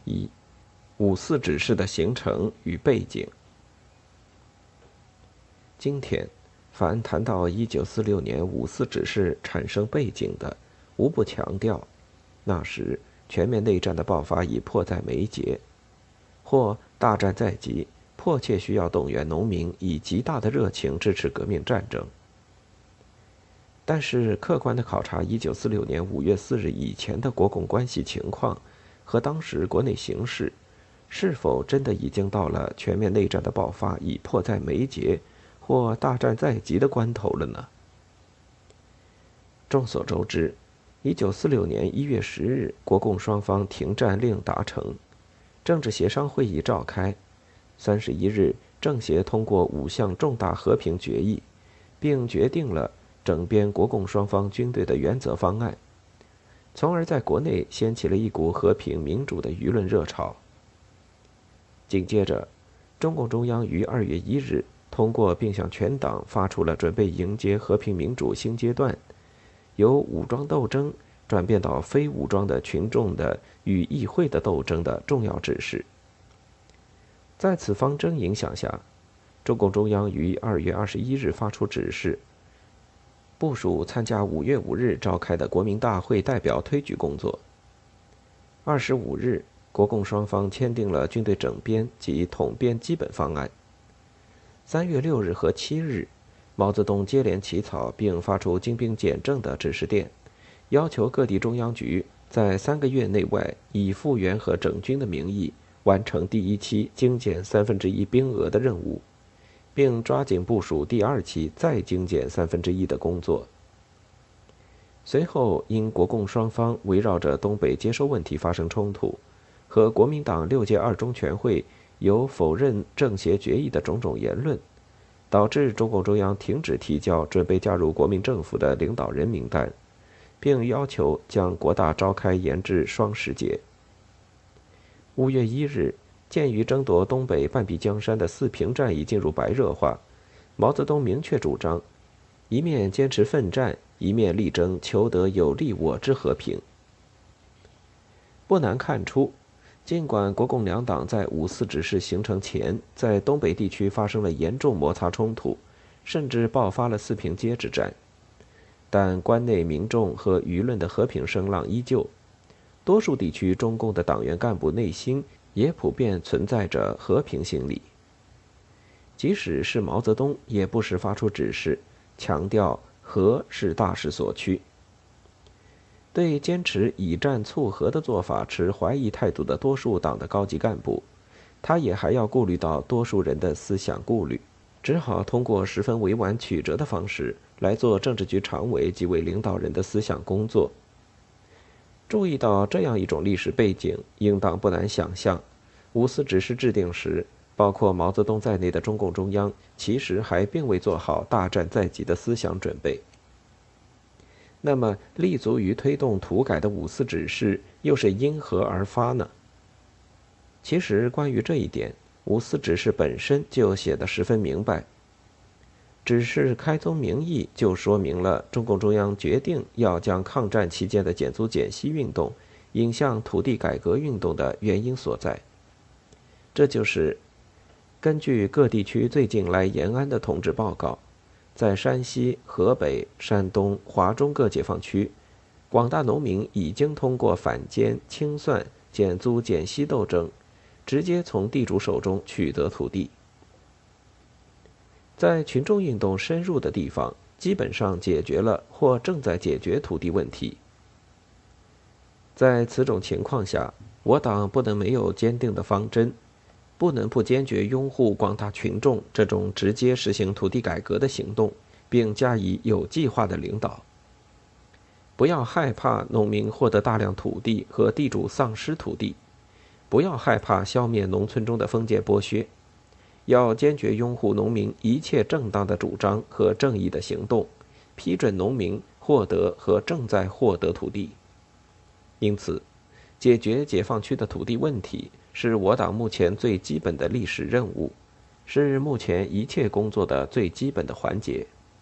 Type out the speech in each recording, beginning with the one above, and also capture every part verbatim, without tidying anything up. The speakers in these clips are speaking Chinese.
一、五四指示的形成与背景。今天，凡谈到一九四六年五四指示产生背景的，无不强调，那时全面内战的爆发已迫在眉睫，或大战在即，迫切需要动员农民以极大的热情支持革命战争。但是，客观地考察一九四六年五月四日以前的国共关系情况和当时国内形势，是否真的已经到了全面内战的爆发已迫在眉睫或大战在即的关头了呢？众所周知，一九四六年一月十日，国共双方停战令达成，政治协商会议召开。三十一日，政协通过五项重大和平决议，并决定了整编国共双方军队的原则方案，从而在国内掀起了一股和平民主的舆论热潮。紧接着，中共中央于二月一日通过并向全党发出了准备迎接和平民主新阶段，由武装斗争转变到非武装的群众的与议会的斗争的重要指示。在此方针影响下，中共中央于二月二十一日发出指示，部署参加五月五日召开的国民大会代表推举工作。二十五日，国共双方签订了军队整编及统编基本方案。三月六日和七日，毛泽东接连起草并发出精兵简政的指示电，要求各地中央局在三个月内外以复员和整军的名义完成第一期精简三分之一兵额的任务，并抓紧部署第二期再精简三分之一的工作。随后，因国共双方围绕着东北接收问题发生冲突，和国民党六届二中全会有否认政协决议的种种言论，导致中共中央停止提交准备加入国民政府的领导人名单，并要求将国大召开延至双十节。五月一日，鉴于争夺东北半壁江山的四平战已进入白热化，毛泽东明确主张，一面坚持奋战，一面力争求得有利我之和平。不难看出，尽管国共两党在五四指示形成前，在东北地区发生了严重摩擦冲突，甚至爆发了四平街之战，但关内民众和舆论的和平声浪依旧。多数地区中共的党员干部内心也普遍存在着和平心理。即使是毛泽东，也不时发出指示，强调和是大势所趋。对坚持以战促和的做法持怀疑态度的多数党的高级干部，他也还要顾虑到多数人的思想顾虑，只好通过十分委婉曲折的方式来做政治局常委几位领导人的思想工作。注意到这样一种历史背景，应当不难想象，五四指示制定时，包括毛泽东在内的中共中央其实还并未做好大战在即的思想准备。那么，立足于推动土改的五四指示又是因何而发呢？其实，关于这一点，五四指示本身就写得十分明白。指示开宗明义就说明了中共中央决定要将抗战期间的减租减息运动引向土地改革运动的原因所在。这就是根据各地区最近来延安的同志报告，在山西、河北、山东、华中各解放区，广大农民已经通过反间、清算、减租减息斗争，直接从地主手中取得土地。在群众运动深入的地方，基本上解决了或正在解决土地问题。在此种情况下，我党不能没有坚定的方针，不能不坚决拥护广大群众这种直接实行土地改革的行动，并加以有计划的领导。不要害怕农民获得大量土地和地主丧失土地，不要害怕消灭农村中的封建剥削，要坚决拥护农民一切正当的主张和正义的行动，批准农民获得和正在获得土地。因此，解决解放区的土地问题是我党目前最基本的历史任务，是目前一切工作的最基本的环节。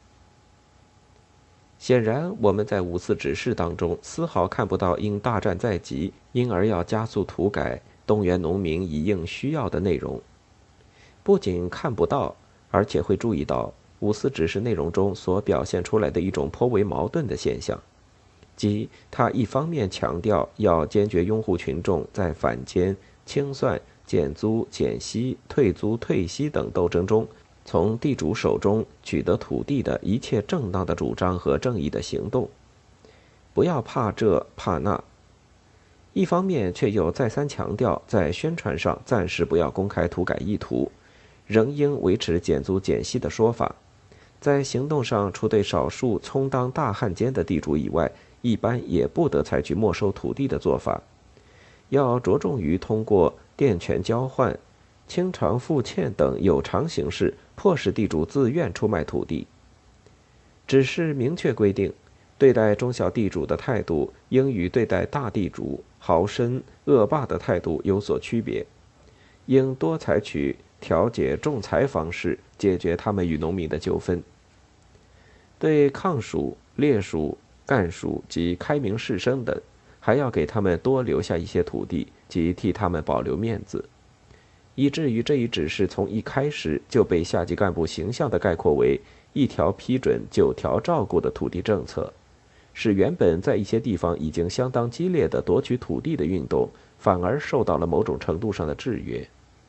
显然，我们在五四指示当中丝毫看不到因大战在即，因而要加速土改、 动员农民以应需要的内容。不仅看不到，而且会注意到五四指示内容中所表现出来的一种颇为矛盾的现象，即他一方面强调要坚决拥护群众在反间、清算、减租、减息、退租、退息等斗争中，从地主手中取得土地的一切正当的主张和正义的行动，不要怕这怕那；一方面却又再三强调，在宣传上暂时不要公开土改意图，仍应维持减租减息的说法。在行动上，除对少数充当大汉奸的地主以外，一般也不得采取没收土地的做法，要着重于通过佃权交换、清偿付欠等有偿形式，迫使地主自愿出卖土地。只是明确规定，对待中小地主的态度应与对待大地主、豪绅、恶霸的态度有所区别，应多采取调解仲裁方式解决他们与农民的纠纷。对抗属、劣属、干属及开明士绅等，还要给他们多留下一些土地，及替他们保留面子，以至于这一指示从一开始就被下级干部形象地概括为一条批准九条照顾的土地政策，使原本在一些地方已经相当激烈的夺取土地的运动，反而受到了某种程度上的制约。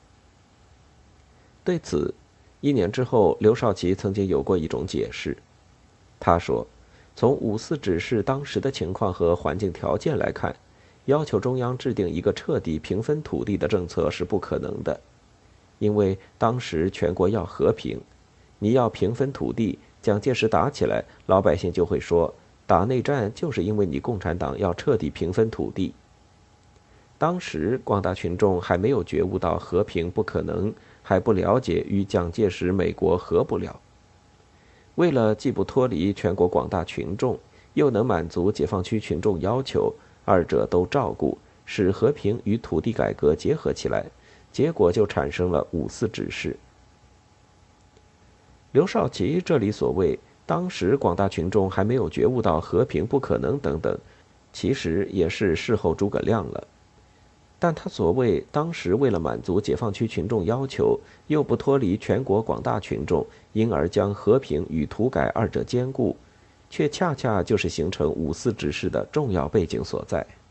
对此，一年之后，刘少奇曾经有过一种解释。他说，从五四指示当时的情况和环境条件来看，要求中央制定一个彻底平分土地的政策是不可能的，因为当时全国要和平，你要平分土地，蒋介石打起来，老百姓就会说，打内战就是因为你共产党要彻底平分土地。当时广大群众还没有觉悟到和平不可能，还不了解与蒋介石美国和不了。为了既不脱离全国广大群众，又能满足解放区群众要求，二者都照顾，使和平与土地改革结合起来，结果就产生了五四指示。刘少奇这里所谓当时广大群众还没有觉悟到和平不可能等等，其实也是事后诸葛亮了。但他所谓当时为了满足解放区群众要求，又不脱离全国广大群众，因而将和平与土改二者兼顾，却恰恰就是形成五四指示的重要背景所在。